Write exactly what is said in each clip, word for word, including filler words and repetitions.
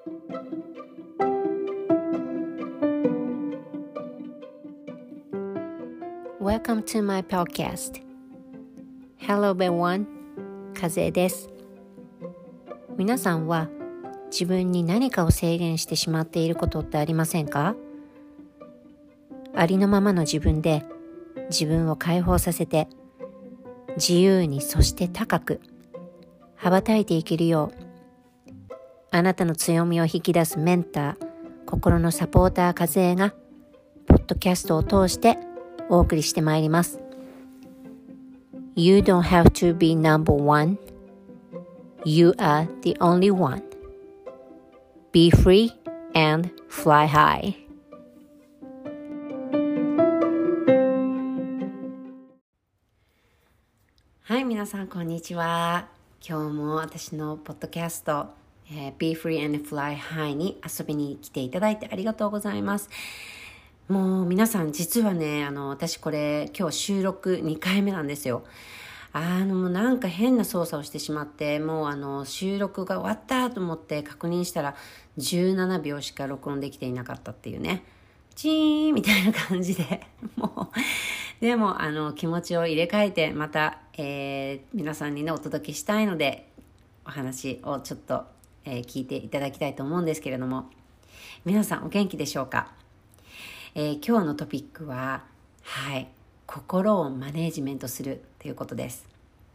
Welcome to my podcast. Hello everyone. 風です。皆さんは自分に何かを制限してしまっていることってありませんか？ありのままの自分で自分を解放させて、自由にそして高く羽ばたいていけるよう、あなたの強みを引き出すメンター、心のサポーター風がポッドキャストを通してお送りしてまいります。 You don't have to be number one. You are the only one. Be free and fly high. はい、皆さんこんにちは。今日も私のポッドキャスト、えー、Be free and fly high に遊びに来ていただいてありがとうございます。もう皆さん実はね、あの私これ今日収録にかいめなんですよ。あのもうなんか変な操作をしてしまって、もうあの収録が終わったと思って確認したらじゅうななびょうしか録音できていなかったっていうね、チーンみたいな感じで、もうでもあの気持ちを入れ替えてまた、えー、皆さんにねお届けしたいので、お話をちょっと、えー、聞いていただきたいと思うんですけれども、皆さんお元気でしょうか？えー、今日のトピックは、はい、心をマネージメントするということです。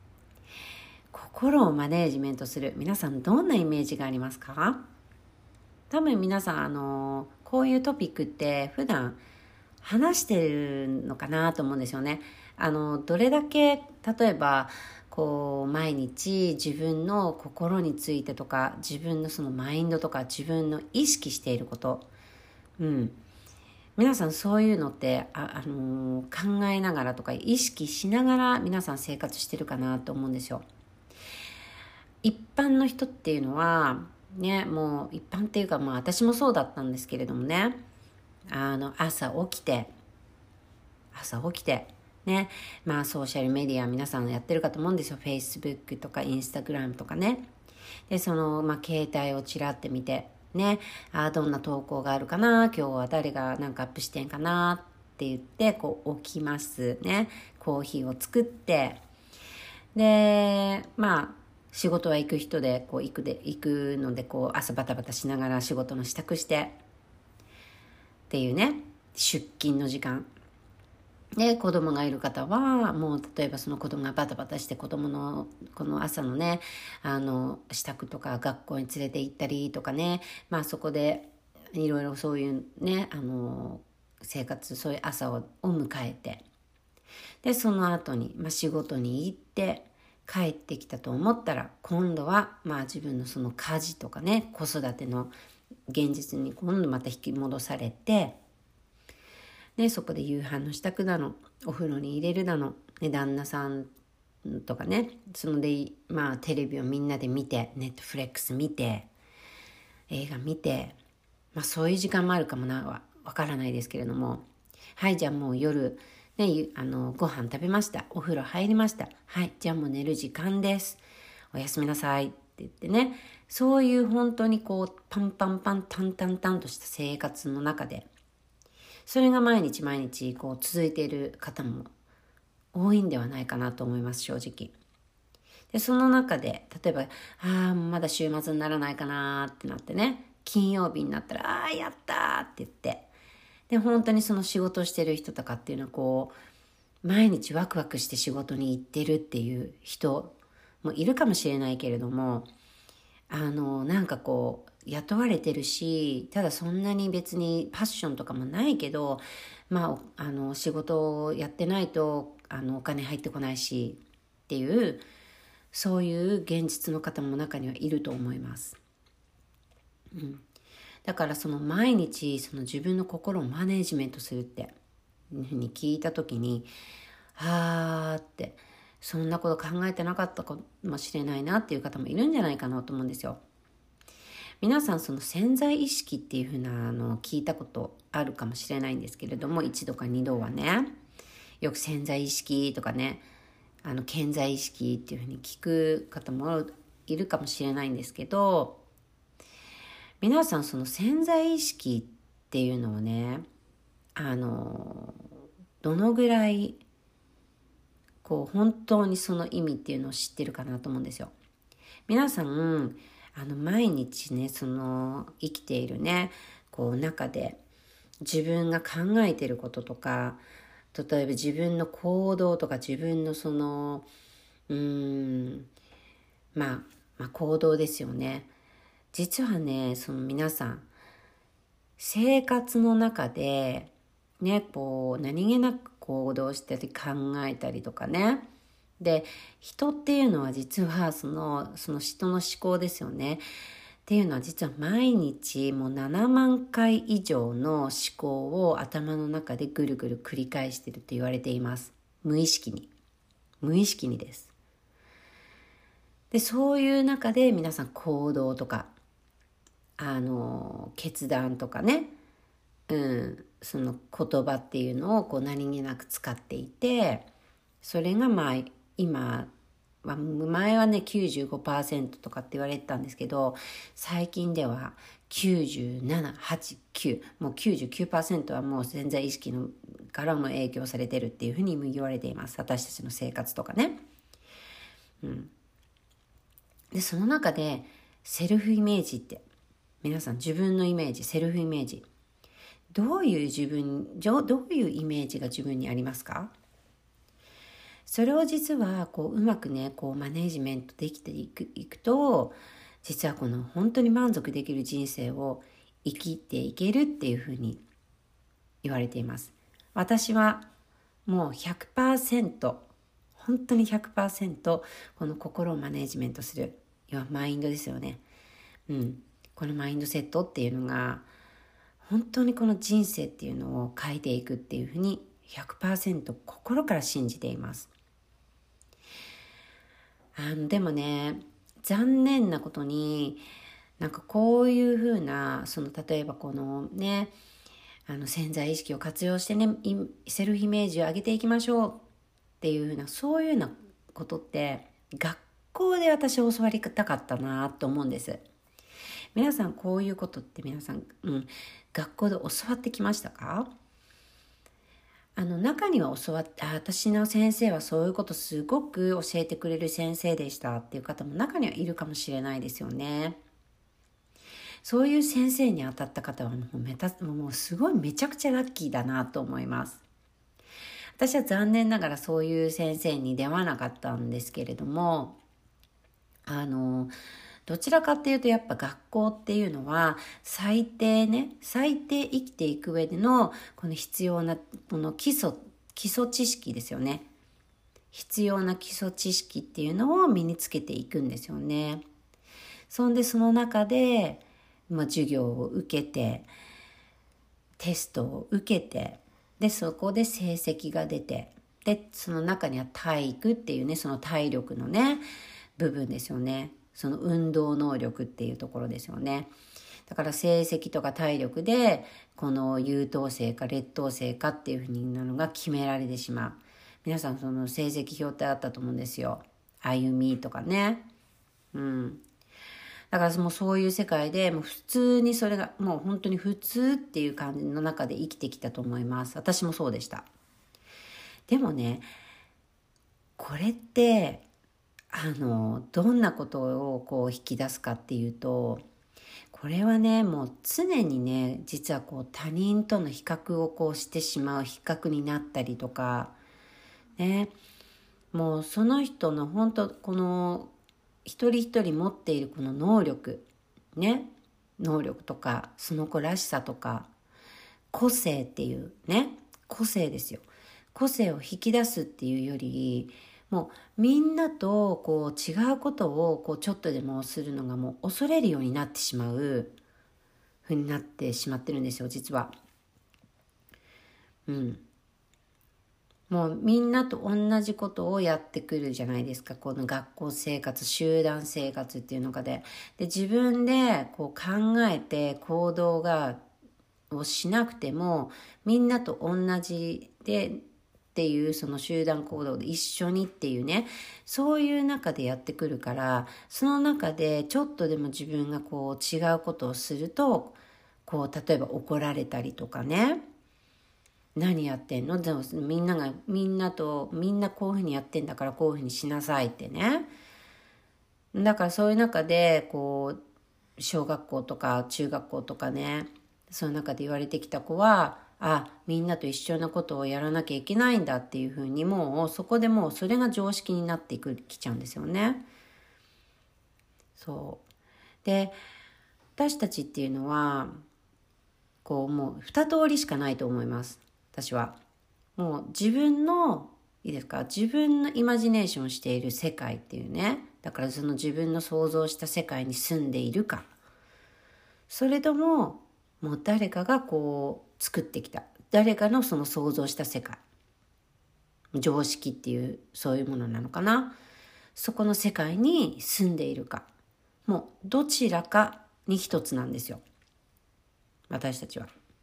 心をマネージメントする、皆さんどんなイメージがありますか？多分皆さん、あのこういうトピックって普段話してるのかなと思うんですよね。あのどれだけ例えばこう毎日自分の心についてとか、自分のそのマインドとか、自分の意識していること、うん皆さんそういうのってあ、あのー、考えながらとか意識しながら皆さん生活してるかなと思うんですよ。一般の人っていうのはね、もう一般っていうか、まあ私もそうだったんですけれどもね、あの朝起きて朝起きてね、まあソーシャルメディア皆さんやってるかと思うんですよ。 Facebook とか Instagram とかね。でその、まあ、携帯をちらって見てね、あどんな投稿があるかな、今日は誰が何かアップしてんかなって言ってこう起きますね。コーヒーを作って、でまあ仕事は行く人でこう行くで行くので、こう朝バタバタしながら仕事の支度してっていうね、出勤の時間で、子供がいる方はもう例えばその子供がバタバタして、子供のこの朝のねあの支度とか学校に連れて行ったりとかね、まあそこでいろいろそういうねあの生活、そういう朝を迎えて、でその後に、まあ、仕事に行って帰ってきたと思ったら、今度はまあ自分のその家事とかね、子育ての現実に今度また引き戻されて、でそこで夕飯の支度だの、お風呂に入れるだの、ね、旦那さんとかね、そので、まあ、テレビをみんなで見て、ネットフレックス見て、映画見て、まあ、そういう時間もあるかもな、わわからないですけれども、はいじゃあもう夜、ね、あのご飯食べました、お風呂入りました、はいじゃあもう寝る時間です、おやすみなさいって言ってね、そういう本当にこうパンパンパンタンタンタンとした生活の中で、それが毎日毎日こう続いている方も多いんではないかなと思います、正直。でその中で例えば、ああまだ週末にならないかなってなってね、金曜日になったら、ああやったーって言って、で本当にその仕事してる人とかっていうのはこう毎日ワクワクして仕事に行ってるっていう人もいるかもしれないけれども、あのなんかこう雇われてるし、ただそんなに別にパッションとかもないけど、まあ、あの仕事をやってないとあのお金入ってこないしっていう、そういう現実の方も中にはいると思います、うん、だからその毎日その自分の心をマネージメントするっていうふうに聞いた時に、あーってそんなこと考えてなかったかもしれないなっていう方もいるんじゃないかなと思うんですよ。皆さんその潜在意識っていう風なのを聞いたことあるかもしれないんですけれども、一度か二度はね、よく潜在意識とかね、あの潜在意識っていう風に聞く方もいるかもしれないんですけど、 皆さんその潜在意識っていうのをね、あのどのぐらいこう本当にその意味っていうのを知ってるかなと思うんですよ。皆さんあの毎日ね、その生きているねこう中で自分が考えていることとか、例えば自分の行動とか自分のそのうーんまあ、まあ行動ですよね。実はね、その皆さん生活の中でね、こう何気なく行動したり考えたりとかね。で、人っていうのは実はそのその人の思考ですよね。っていうのは実は毎日もうななまんかい以上の思考を頭の中でぐるぐる繰り返していると言われています。無意識に。無意識にです。で、そういう中で皆さん行動とか、あの、決断とかね、うん、その言葉っていうのをこう何気なく使っていて、それがまあ今、まあ、前はね きゅうじゅうごパーセント とかって言われてたんですけど、最近ではきゅうじゅうなな、はち、きゅう、もう きゅうじゅうきゅうパーセント はもう潜在意識のからも影響されてるっていうふうに言われています。私たちの生活とかね。うん。で、その中でセルフイメージって、皆さん自分のイメージ、セルフイメージ、どういう自分、どういうイメージが自分にありますか？それを実はこううまくね、こうマネージメントできていく、いくと、実はこの本当に満足できる人生を生きていけるっていうふうに言われています。私はもうひゃくパーセント、本当にひゃくパーセントこの心をマネージメントする、要はマインドですよね。うん。このマインドセットっていうのが本当にこの人生っていうのを変えていくっていうふうに ひゃくパーセント 心から信じています。あのでもね、残念なことになんかこういうふうな、その例えばこのね、あの潜在意識を活用してね、セルフイメージを上げていきましょうっていうふうな、そういうようなことって学校で私教わりたかったなと思うんです。皆さんこういうことって皆さん、うん、学校で教わってきましたか？あの中には教わって、あ、私の先生はそういうことすごく教えてくれる先生でしたっていう方も中にはいるかもしれないですよね。そういう先生に当たった方はもうめたもうすごいめちゃくちゃラッキーだなと思います。私は残念ながらそういう先生に出会わなかったんですけれども、あのどちらかっていうとやっぱ学校っていうのは最低ね、最低生きていく上でのこの必要なこの基礎、基礎知識ですよね。必要な基礎知識っていうのを身につけていくんですよね。そんでその中で、まあ、授業を受けて、テストを受けて、でそこで成績が出て、でその中には体育っていうね、その体力のね部分ですよね。その運動能力っていうところですよね。だから成績とか体力でこの優等生か劣等生かっていうふうなのが決められてしまう。皆さんその成績表ってあったと思うんですよ。歩みとかね。うん。だからもうそういう世界でもう普通にそれがもう本当に普通っていう感じの中で生きてきたと思います。私もそうでした。でもね、これってあのどんなことをこう引き出すかっていうと、これはねもう常にね、実はこう他人との比較をこうしてしまう、比較になったりとかね、もうその人の本当この一人一人持っているこの能力ね、能力とかその子らしさとか個性っていうね、個性ですよ。個性を引き出すっていうより、もうみんなとこう違うことをこうちょっとでもするのがもう恐れるようになってしまうふうになってしまってるんですよ、実は。うん。もうみんなと同じことをやってくるじゃないですか。この学校生活、集団生活っていうのがで。で、自分でこう考えて行動がをしなくてもみんなと同じでっっていうその集団行動で一緒にっていうね、そういう中でやってくるから、その中でちょっとでも自分がこう違うことをすると、こう例えば怒られたりとかね、何やってんの、でもみんながみんなとみんなこういうふうにやってんだからこういうふうにしなさいってね。だからそういう中でこう小学校とか中学校とかね、その中で言われてきた子は、あ、みんなと一緒なことをやらなきゃいけないんだっていうふうに、もうそこでもうそれが常識になっていくきちゃうんですよね。そうで、私たちっていうのはこうもう二通りしかないと思います。私はもう自分のいいですか、自分のイマジネーションしている世界っていうね、だからその自分の想像した世界に住んでいるか、それとももう誰かがこう作ってきた、誰かのその想像した世界、常識っていうそういうものなのかな、そこの世界に住んでいるか、もうどちらかに一つなんですよ、私たちは。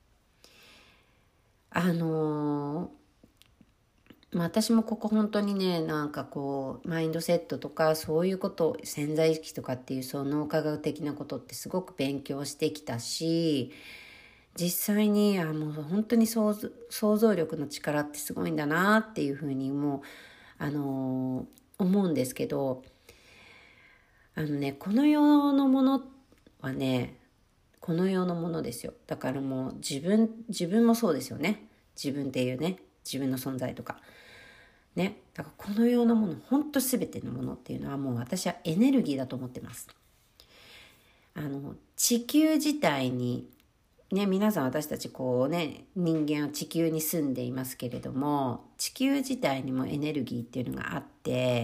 あのーまあ、私もここ本当にね、なんかこうマインドセットとかそういうこと、潜在意識とかっていうその脳科学的なことってすごく勉強してきたし、実際にあもう本当に想像、想像力の力ってすごいんだなっていうふうにもう、あのー思うんですけど、あのね、この世のものはね、この世のものですよ。だからもう自分自分もそうですよね。自分っていうね、自分の存在とかね、だからこの世のもの、本当すべてのものっていうのはもう私はエネルギーだと思ってます。あの地球自体にね、皆さん私たちこうね、人間は地球に住んでいますけれども、地球自体にもエネルギーっていうのがあって、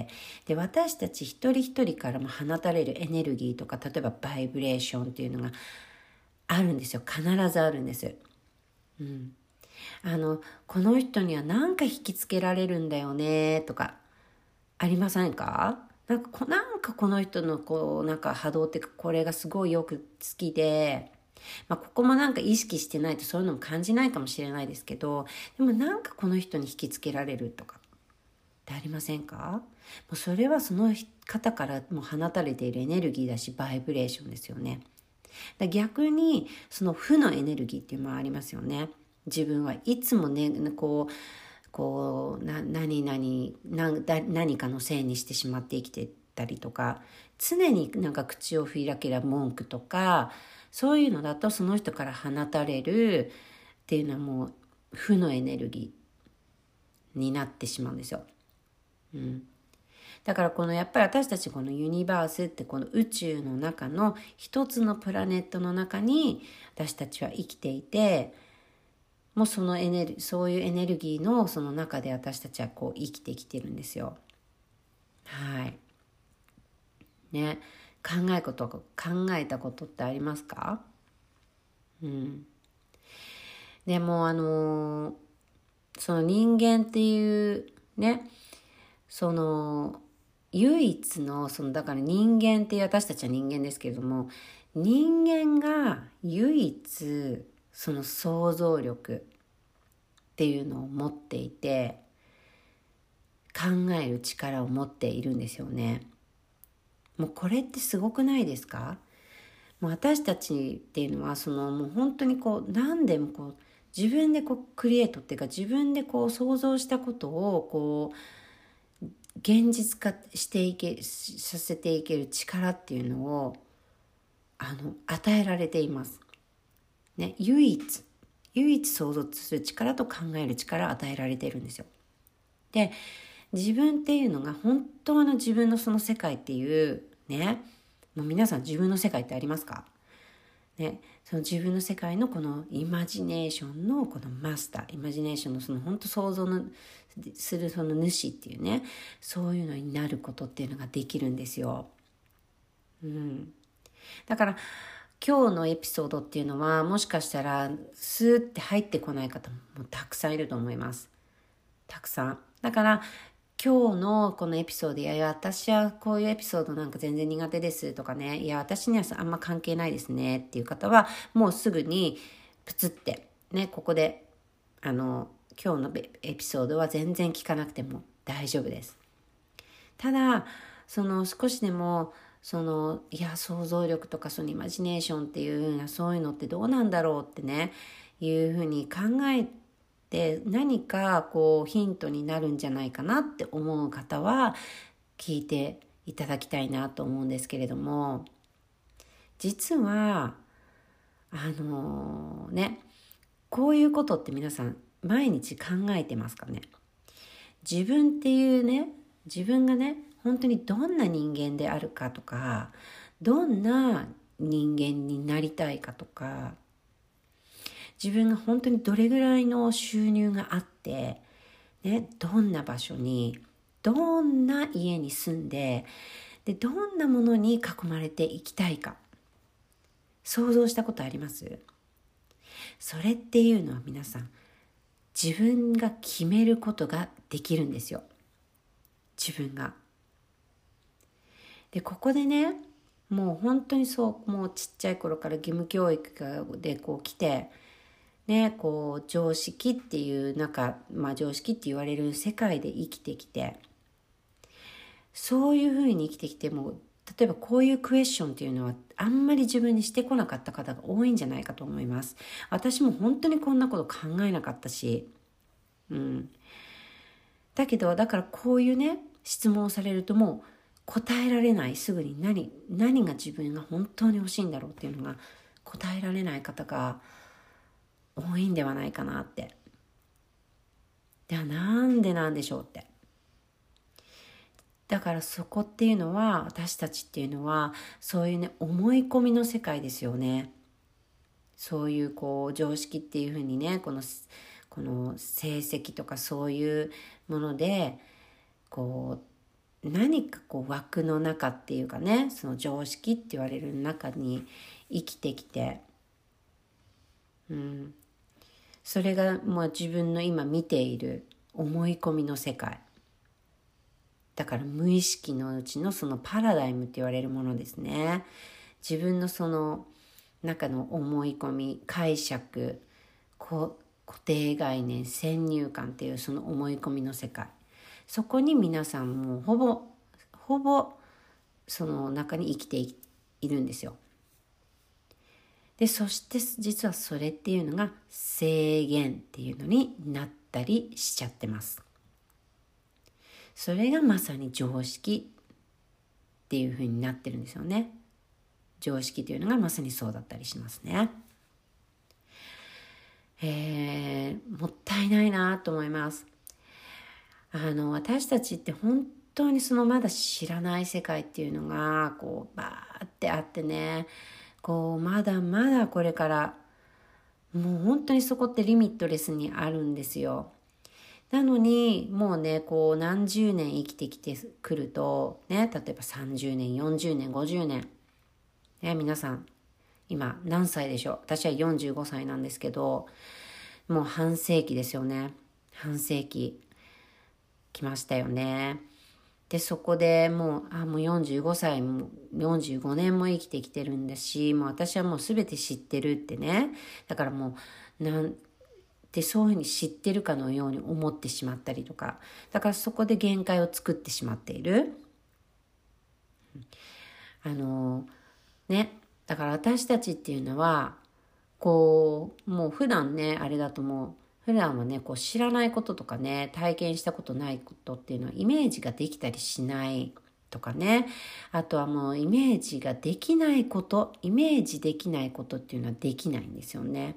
で私たち一人一人からも放たれるエネルギーとか、例えばバイブレーションっていうのがあるんですよ。必ずあるんです。うん。あのこの人には何か引きつけられるんだよねとかありませんか？なんかこなんかこの人のこうなんか波動っていうか、これがすごいよく好きで、まあ、ここもなんか意識してないとそういうのも感じないかもしれないですけど、でもなんかこの人に引きつけられるとかってありませんか？もうそれはその方からもう放たれているエネルギーだし、バイブレーションですよね。だ逆にその負のエネルギーっていうのもありますよね。自分はいつもね、こうこうな何々な何かのせいにしてしまって生きてたりとか、常になんか口を開けば文句とか、そういうのだとその人から放たれるっていうのはもう負のエネルギーになってしまうんですよ。うん。だからこのやっぱり私たちこのユニバースってこの宇宙の中の一つのプラネットの中に私たちは生きていて、もうそのエネルそういうエネルギーのその中で私たちはこう生きてきてるんですよ。はいね、考えこと考えたことってありますか？うん。でもあのその人間っていうね、その唯一のそのだから人間っていう、私たちは人間ですけれども、人間が唯一その想像力っていうのを持っていて、考える力を持っているんですよね。もうこれってすごくないですか？もう私たちっていうのはそのもう本当にこう何でもこう自分でこうクリエイトっていうか、自分でこう想像したことをこう現実化していけさせていける力っていうのをあの与えられています。ね、唯一唯一想像する力と考える力を与えられているんですよ。で、自分っていうのが本当の自分のその世界っていうね、もう皆さん自分の世界ってありますか？ね、その自分の世界のこのイマジネーションのこのマスター、イマジネーションのその本当想像のするその主っていうね、そういうのになることっていうのができるんですよ。うん。だから今日のエピソードっていうのはもしかしたらスーって入ってこない方もたくさんいると思います。たくさん。だから今日のこのエピソード、いやいや私はこういうエピソードなんか全然苦手ですとかね、いや私にはあんま関係ないですねっていう方はもうすぐにプツってね、ここであの今日のエピソードは全然聞かなくても大丈夫です。ただその少しでもそのいや想像力とかそのイマジネーションっていうようなそういうのってどうなんだろうってねいうふうに考えて何かこうヒントになるんじゃないかなって思う方は聞いていただきたいなと思うんですけれども、実はあのねこういうことって皆さん毎日考えてますかね。自分っていうね自分がね本当にどんな人間であるかとかどんな人間になりたいかとか自分が本当にどれぐらいの収入があって、ね、どんな場所にどんな家に住んででどんなものに囲まれていきたいか想像したことあります？それっていうのは皆さん自分が決めることができるんですよ。自分が。でここでねもう本当にそうもうちっちゃい頃から義務教育でこう来てねこう常識っていう中、まあ、常識って言われる世界で生きてきてそういうふうに生きてきても例えばこういうクエスチョンっていうのはあんまり自分にしてこなかった方が多いんじゃないかと思います。私も本当にこんなこと考えなかったし、うん、だけどだからこういうね質問をされるともう答えられないすぐに何何が自分が本当に欲しいんだろうっていうのが答えられない方が多いんではないかなって。ではなんでなんでしょうって。だからそこっていうのは私たちっていうのはそういうね思い込みの世界ですよね。そういうこう常識っていうふうにねこのこの成績とかそういうものでこう何かこう枠の中っていうかねその常識って言われる中に生きてきて、うん、それがもう自分の今見ている思い込みの世界だから無意識のうちのそのパラダイムって言われるものですね。自分のその中の思い込み解釈固定概念先入観っていうその思い込みの世界そこに皆さんもうほぼほぼその中に生きているんですよ。でそして実はそれっていうのが制限っていうのになったりしちゃってます。それがまさに常識っていう風になってるんですよね。常識というのがまさにそうだったりしますね。えー、もったいないなと思います。あの私たちって本当にそのまだ知らない世界っていうのがこうバーってあってねこうまだまだこれからもう本当にそこってリミットレスにあるんですよ。なのにもうねこう何十年生きてきてくるとね例えばさんじゅうねんよんじゅうねんごじゅうねん、ね、皆さん今何歳でしょう。私はよんじゅうごさいなんですけどもう半世紀ですよね。半世紀来ましたよね。でそこでもうあもうよんじゅうごさいもよんじゅうごねんも生きてきてるんだしもう私はもう全て知ってるってねだからもうなんでそういうふうに知ってるかのように思ってしまったりとかだからそこで限界を作ってしまっているあのねだから私たちっていうのはこうもう普段ねあれだともう普段はねこう知らないこととかね体験したことないことっていうのはイメージができたりしないとかねあとはもうイメージができないことイメージできないことっていうのはできないんですよね。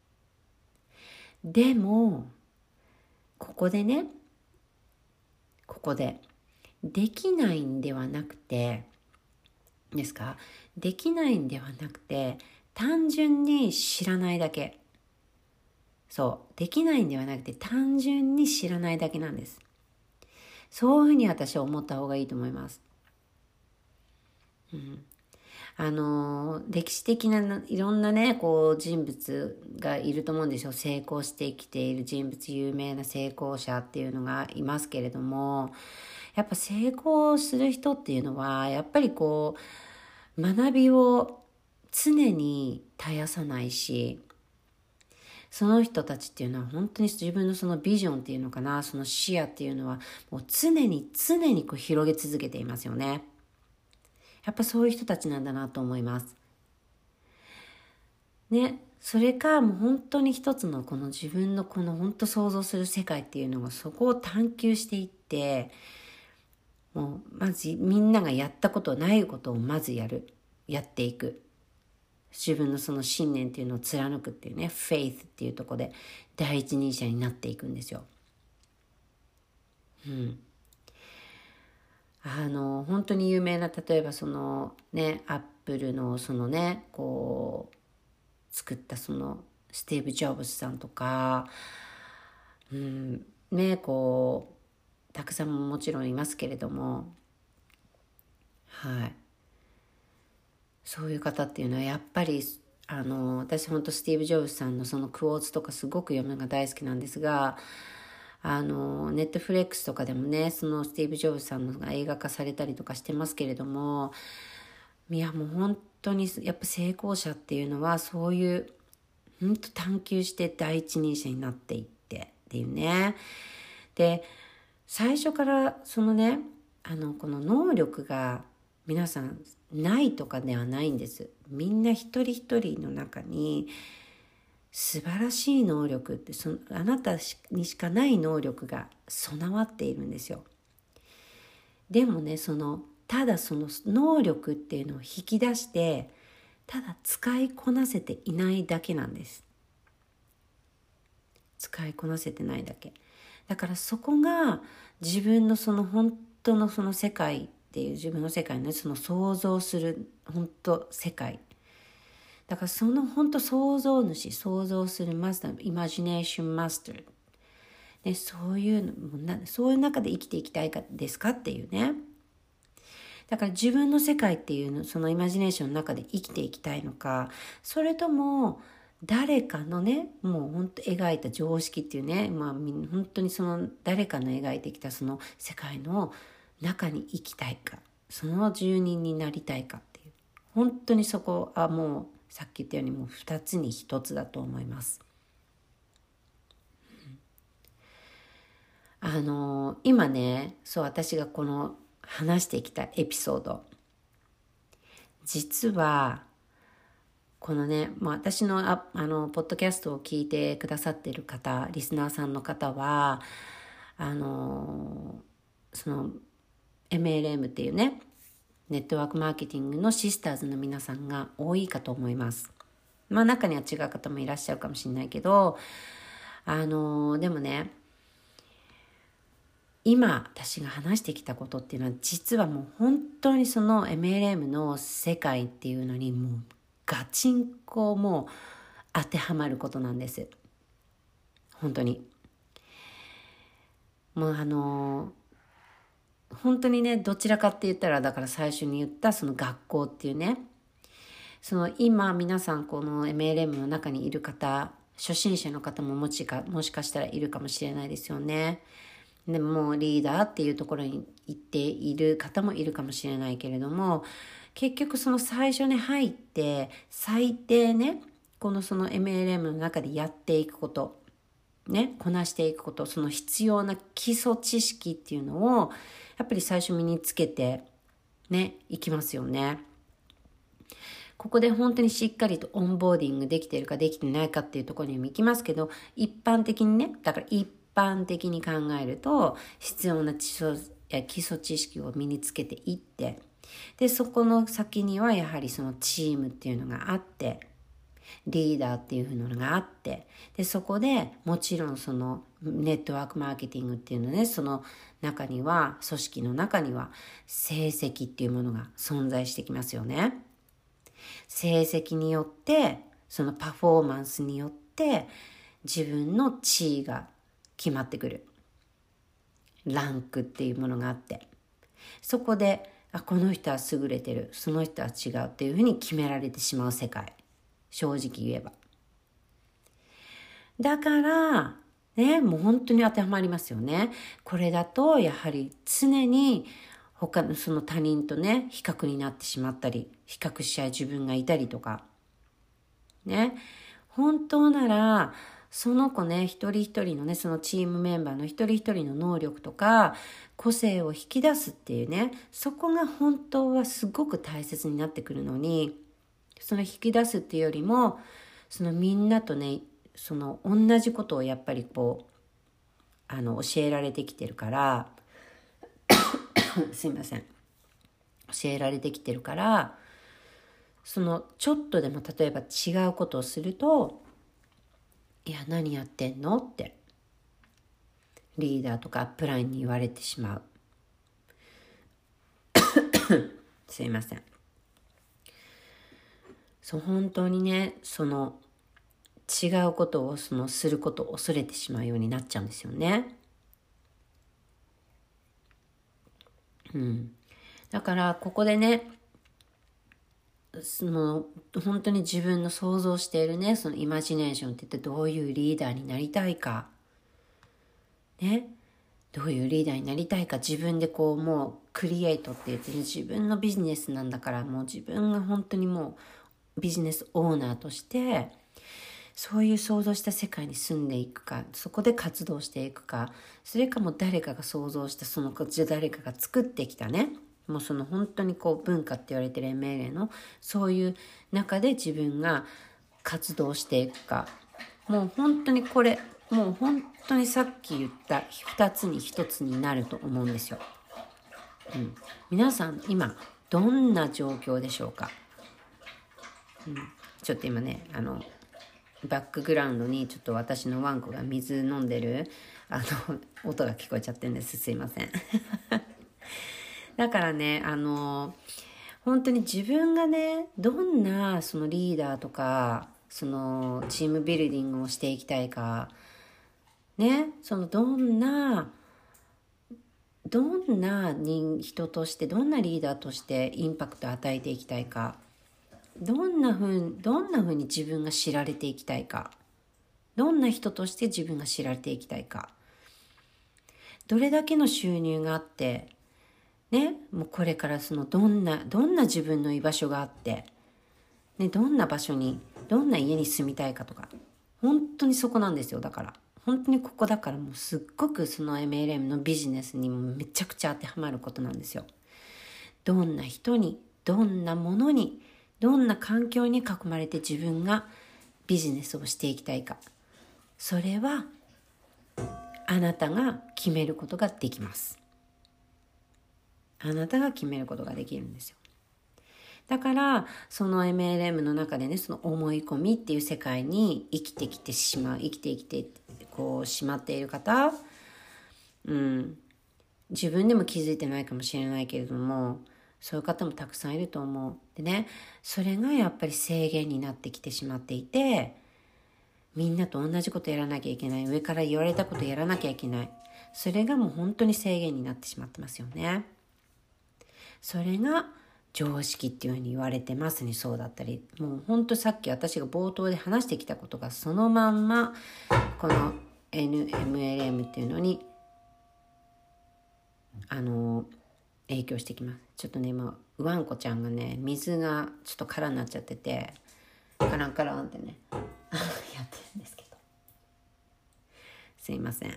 でもここでねここでできないんではなくてですかできないんではなくて単純に知らないだけそうできないんではなくて単純に知らないだけなんです。そういうふうに私は思った方がいいと思います。うん、あの歴史的ないろんなねこう人物がいると思うんですよ。成功してきている人物有名な成功者っていうのがいますけれどもやっぱ成功する人っていうのはやっぱりこう学びを常に絶やさないしその人たちっていうのは本当に自分のそのビジョンっていうのかな、その視野っていうのはもう常に常にこう広げ続けていますよね。やっぱそういう人たちなんだなと思います。ね、それかもう本当に一つのこの自分のこの本当想像する世界っていうのがそこを探求していって、もうまずみんながやったことないことをまずやる、やっていく。自分のその信念っていうのを貫くっていうね、フェイスっていうところで第一人者になっていくんですよ。うん。あの本当に有名な、例えばそのね、アップルのそのね、こう作ったそのスティーブ・ジョブズさんとか、うんね、こうたくさんもちろんいますけれども、はい、そういう方っていうのはやっぱりあの私本当スティーブ・ジョブズさんのそのクォーツとかすごく読むのが大好きなんですが、あのネットフレックスとかでもね、そのスティーブ・ジョブズさんのが映画化されたりとかしてますけれども、いやもう本当にやっぱ成功者っていうのはそういう本当探求して第一人者になっていってっていうね。で最初からそのね、あのこの能力が皆さんないとかではないんです。みんな一人一人の中に素晴らしい能力って、そのあなたにしかない能力が備わっているんですよ。でもね、そのただその能力っていうのを引き出してただ使いこなせていないだけなんです。使いこなせてないだけだから、そこが自分のその本当のその世界っていう、自分の世界のその想像する本当世界だから、その本当創造主、想像するマスター、イマジネーションマスターで、そういうのもそういう中で生きていきたいかですかっていうね。だから自分の世界っていうの、そのイマジネーションの中で生きていきたいのか、それとも誰かのね、もう本当描いた常識っていうね、まあ本当にその誰かの描いてきたその世界の中に生きたいか、その住人になりたいかっていう、本当にそこはもうさっき言ったようにもう二つに一つだと思います。あの今ね、そう私がこの話してきたエピソード、実はこのね、まあ、私のああのポッドキャストを聞いてくださっている方、リスナーさんの方はあのその エムエルエム っていうね、ネットワークマーケティングのシスターズの皆さんが多いかと思います。まあ中には違う方もいらっしゃるかもしれないけど、あのでもね、今私が話してきたことっていうのは実はもう本当にその エムエルエム の世界っていうのにもうガチンコもう当てはまることなんです。本当にもうあの本当にね、どちらかって言ったら、だから最初に言ったその学校っていうね、その今皆さんこの エムエルエム の中にいる方、初心者の方ももちかもしかしたらいるかもしれないですよね。でもリーダーっていうところに行っている方もいるかもしれないけれども、結局その最初に入って最低ね、このその エムエルエム の中でやっていくことね、こなしていくこと、その必要な基礎知識っていうのをやっぱり最初身につけてね、いきますよね。ここで本当にしっかりとオンボーディングできているかできてないかっていうところにも行きますけど、一般的にね、だから一般的に考えると必要な基礎や基礎知識を身につけていって、でそこの先にはやはりそのチームっていうのがあって、リーダーっていうのがあって、でそこでもちろんそのネットワークマーケティングっていうのね、その中には組織の中には成績っていうものが存在してきますよね。成績によって、そのパフォーマンスによって自分の地位が決まってくる。ランクっていうものがあって、そこであこの人は優れてる、その人は違うっていうふうに決められてしまう世界、正直言えば。だからね、もう本当に当てはまりますよね。これだとやはり常に他のその他人とね、比較になってしまったり、比較しちゃう自分がいたりとかね。本当ならその子ね、一人一人のね、そのチームメンバーの一人一人の能力とか個性を引き出すっていうね、そこが本当はすごく大切になってくるのに、その引き出すっていうよりも、そのみんなとね、その同じことをやっぱりこうあの教えられてきてるからすいません教えられてきてるから、そのちょっとでも例えば違うことをすると、いや何やってんのってリーダーとかアップラインに言われてしまうすいません。そう本当にね、その違うことをそのすることを恐れてしまうようになっちゃうんですよね。うん。だからここでね、その本当に自分の想像しているね、そのイマジネーションって言ってどういうリーダーになりたいかね、どういうリーダーになりたいか、自分でこうもうクリエイトって言って、ね、自分のビジネスなんだから、もう自分が本当にもうビジネスオーナーとしてそういう想像した世界に住んでいくか、そこで活動していくか、それかも誰かが想像したその誰かが作ってきたね、もうその本当にこう文化って言われてる エムエルエー のそういう中で自分が活動していくか、もう本当にこれもう本当にさっき言ったふたつにひとつになると思うんですよ。うん、皆さん今どんな状況でしょうか。うん、ちょっと今ねあのバックグラウンドにちょっと私のワンコが水飲んでるあの音が聞こえちゃってるんです。すいませんだからね、あの本当に自分がねどんなそのリーダーとかそのチームビルディングをしていきたいかね、そのどんなどんな人人としてどんなリーダーとしてインパクトを与えていきたいか、どんなふうどんなふうに自分が知られていきたいか、どんな人として自分が知られていきたいか、どれだけの収入があってね、もうこれからそのどんなどんな自分の居場所があって、ね、どんな場所にどんな家に住みたいかとか、本当にそこなんですよ。だから本当にここだからもうすっごくその エムエルエム のビジネスにもめちゃくちゃ当てはまることなんですよ。どんな人にどんなものにどんな環境に囲まれて自分がビジネスをしていきたいか、それはあなたが決めることができます。あなたが決めることができるんですよ。だからその エムエルエム の中でね、その思い込みっていう世界に生きてきてしまう生きてきてこうしまっている方、うん、自分でも気づいてないかもしれないけれども、そういう方もたくさんいると思う。でね、それがやっぱり制限になってきてしまっていて、みんなと同じことやらなきゃいけない、上から言われたことやらなきゃいけない、それがもう本当に制限になってしまってますよね。それが常識っていうふうに言われてますにそうだったり、もう本当さっき私が冒頭で話してきたことがそのまんまこの エヌエムエルエム っていうのにあの影響してきます。ちょっとね今ワンコちゃんがね水がちょっと空になっちゃっててカランカランってねやってるんですけど、すいません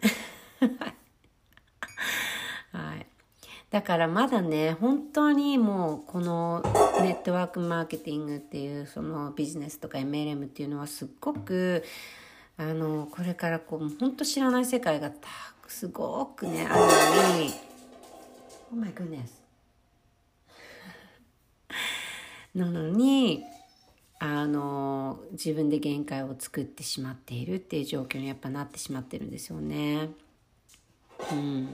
はい、だからまだね本当にもうこのネットワークマーケティングっていうそのビジネスとか エムエルエム っていうのはすっごくあのこれからこう本当知らない世界がたくすごくねあるのにOh my goodness なのにあの自分で限界を作ってしまっているっていう状況にやっぱなってしまってるんですよね。うん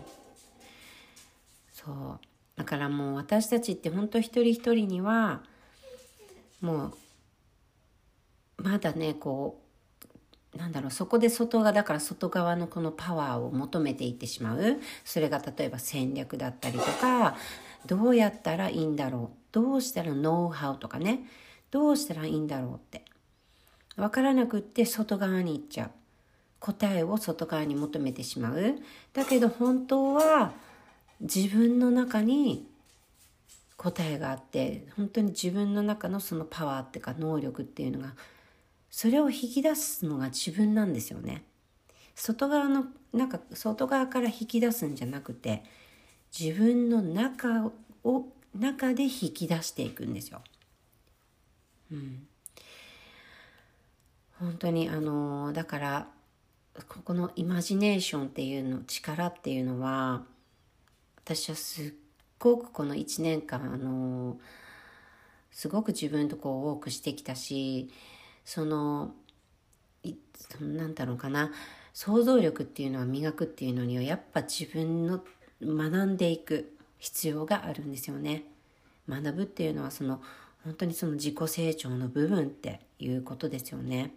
そうだからもう私たちって本当一人一人にはもうまだねこうなんだろう、そこで外側だから外側のこのパワーを求めていってしまう。それが例えば戦略だったりとか、どうやったらいいんだろう、どうしたらノウハウとかね、どうしたらいいんだろうって分からなくって外側に行っちゃう。答えを外側に求めてしまう。だけど本当は自分の中に答えがあって、本当に自分の中のそのパワーっていうか能力っていうのがそれを引き出すのが自分なんですよね。外側のなんか外側から引き出すんじゃなくて、自分の中を中で引き出していくんですよ。うん、本当にあのだからここのイマジネーションっていうの力っていうのは、私はすっごくこのいちねんかんあのすごく自分とこうウォークしてきたし、そのいなんだろうかな、想像力っていうのは磨くっていうのにはやっぱ自分の学んでいく必要があるんですよね。学ぶっていうのはその本当にその自己成長の部分っていうことですよね。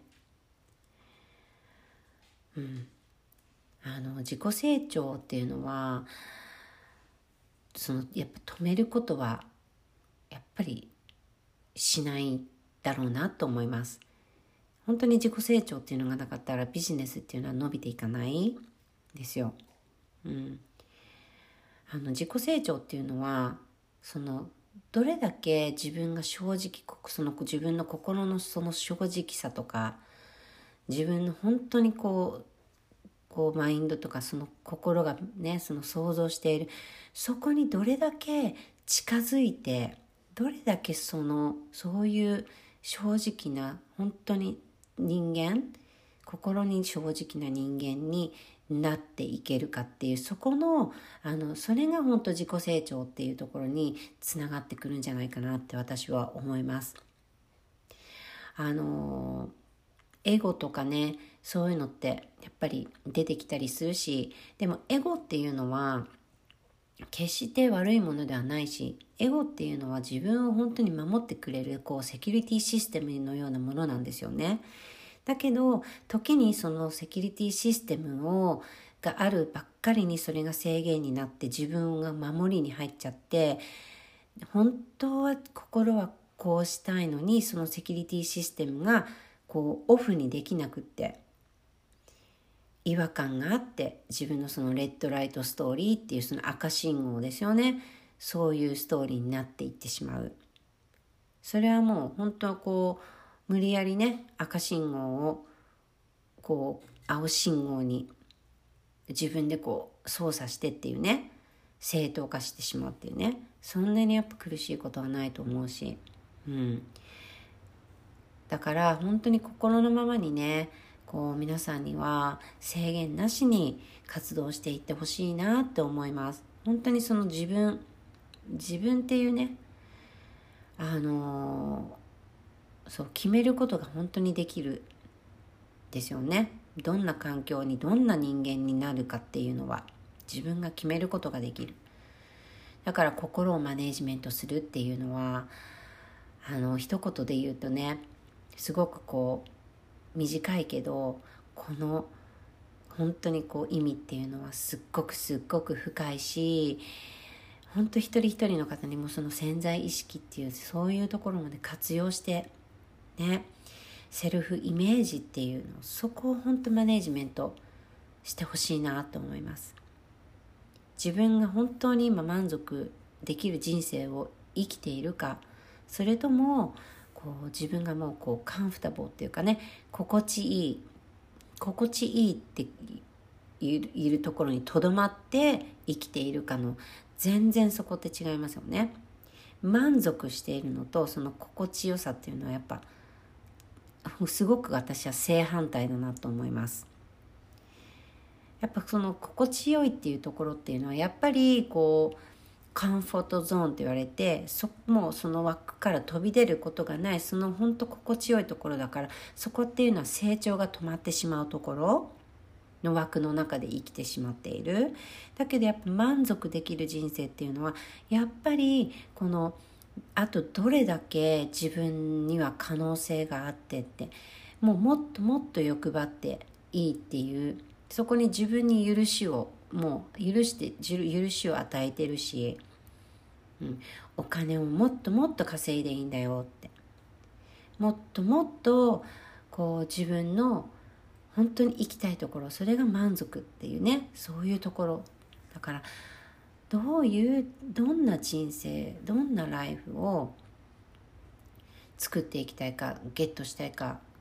うん、あの自己成長っていうのはそのやっぱ止めることはやっぱりしないだろうなと思います。本当に自己成長っていうのがなかったらビジネスっていうのは伸びていかないですよ。うん、あの自己成長っていうのはそのどれだけ自分が正直その自分の心のその正直さとか、自分の本当にこうこうマインドとかその心がね、その想像しているそこにどれだけ近づいて、どれだけそのそういう正直な本当に人間、心に正直な人間になっていけるかっていう、そこのあのそれが本当自己成長っていうところにつながってくるんじゃないかなって私は思います。あのエゴとかね、そういうのってやっぱり出てきたりするし、でもエゴっていうのは決して悪いものではないし、エゴっていうのは自分を本当に守ってくれるこうセキュリティシステムのようなものなんですよね。だけど時にそのセキュリティシステムをがあるばっかりにそれが制限になって自分が守りに入っちゃって、本当は心はこうしたいのにそのセキュリティシステムがこうオフにできなくって違和感があって、自分のそのレッドライトストーリーっていうその赤信号ですよね、そういうストーリーになっていってしまう。それはもう本当はこう無理やりね、赤信号をこう青信号に自分でこう操作してっていうね、正当化してしまうっていうね、そんなにやっぱ苦しいことはないと思うし、うん、だから本当に心のままにね、こう皆さんには制限なしに活動していってほしいなって思います。本当にその自分自分っていうね、あのー、そう決めることが本当にできるですよね。どんな環境にどんな人間になるかっていうのは自分が決めることができる。だから心をマネージメントするっていうのはあの一言で言うとね、すごくこう短いけどこの本当にこう意味っていうのはすっごくすっごく深いし、本当一人一人の方にもその潜在意識っていうそういうところまで活用してね、セルフイメージっていうのそこを本当マネージメントしてほしいなと思います。自分が本当に今満足できる人生を生きているか、それともこう自分がもうこうカンフタボーっていうかね、心地いい心地いいっているところにとどまって生きているかの全然そこって違いますよね。満足しているのとその心地よさっていうのはやっぱすごく私は正反対だなと思います。やっぱその心地よいっていうところっていうのはやっぱりこうカンフォートゾーンと言われて、そもうその枠から飛び出ることがない、その本当心地よいところだから、そこっていうのは成長が止まってしまうところの枠の中で生きてしまっている。だけどやっぱ満足できる人生っていうのはやっぱりこのあとどれだけ自分には可能性があってって、もうもっともっと欲張っていいっていう、そこに自分に許しをもう許して許しを与えてるし、うん、お金をもっともっと稼いでいいんだよって、もっともっとこう自分の本当に行きたいところ、それが満足っていうね、そういうところだから、どういうどんな人生どんなライフを作っていきたいか、ゲットしたいか、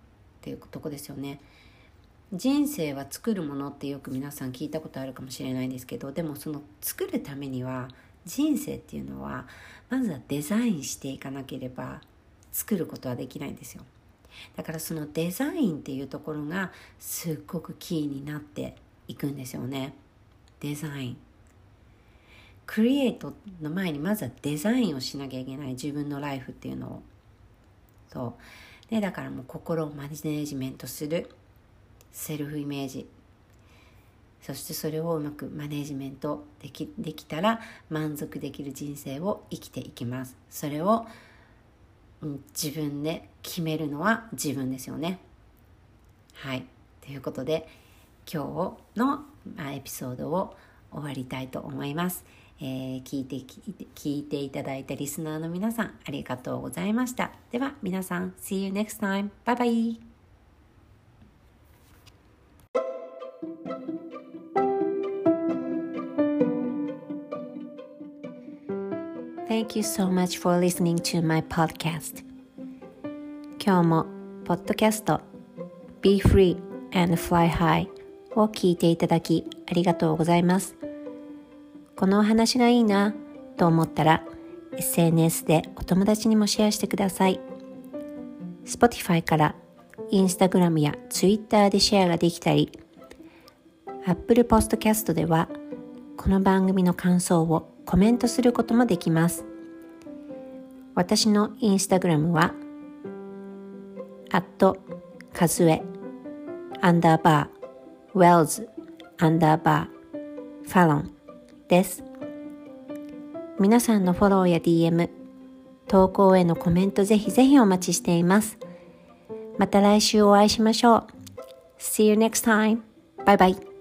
っていうとこですよね。人生は作るものってよく皆さん聞いたことあるかもしれないんですけど、でもその作るためには人生っていうのはまずはデザインしていかなければ作ることはできないんですよ。だからそのデザインっていうところがすっごくキーになっていくんですよね。デザイン、クリエイトの前にまずはデザインをしなきゃいけない、自分のライフっていうのを。そうで、だからもう心をマネージメントする、セルフイメージ、そしてそれをうまくマネージメントでき、できたら満足できる人生を生きていきます。それを、うん、自分で決めるのは自分ですよね。はい、ということで今日のエピソードを終わりたいと思います。えー、聞いて聞いて聞いていただいたリスナーの皆さん、ありがとうございました。では皆さん See you next time. Bye bye. Thank you so much for listening to my podcast. 今日もポッドキャスト Be Free and Fly High を聞いていただきありがとうございます。このお話がいいなと思ったら エスエヌエス でお友達にもシェアしてください。 Spotify から Instagram や Twitter でシェアができたり、 Apple Podcast ではこの番組の感想をコメントすることもできます。私の Instagram はアットカズエアンダーバーウェルズアンダーバーファロンです。皆さんのフォローや ディーエム、 投稿へのコメントぜひぜひお待ちしています。また来週お会いしましょう。See you next time. Bye bye.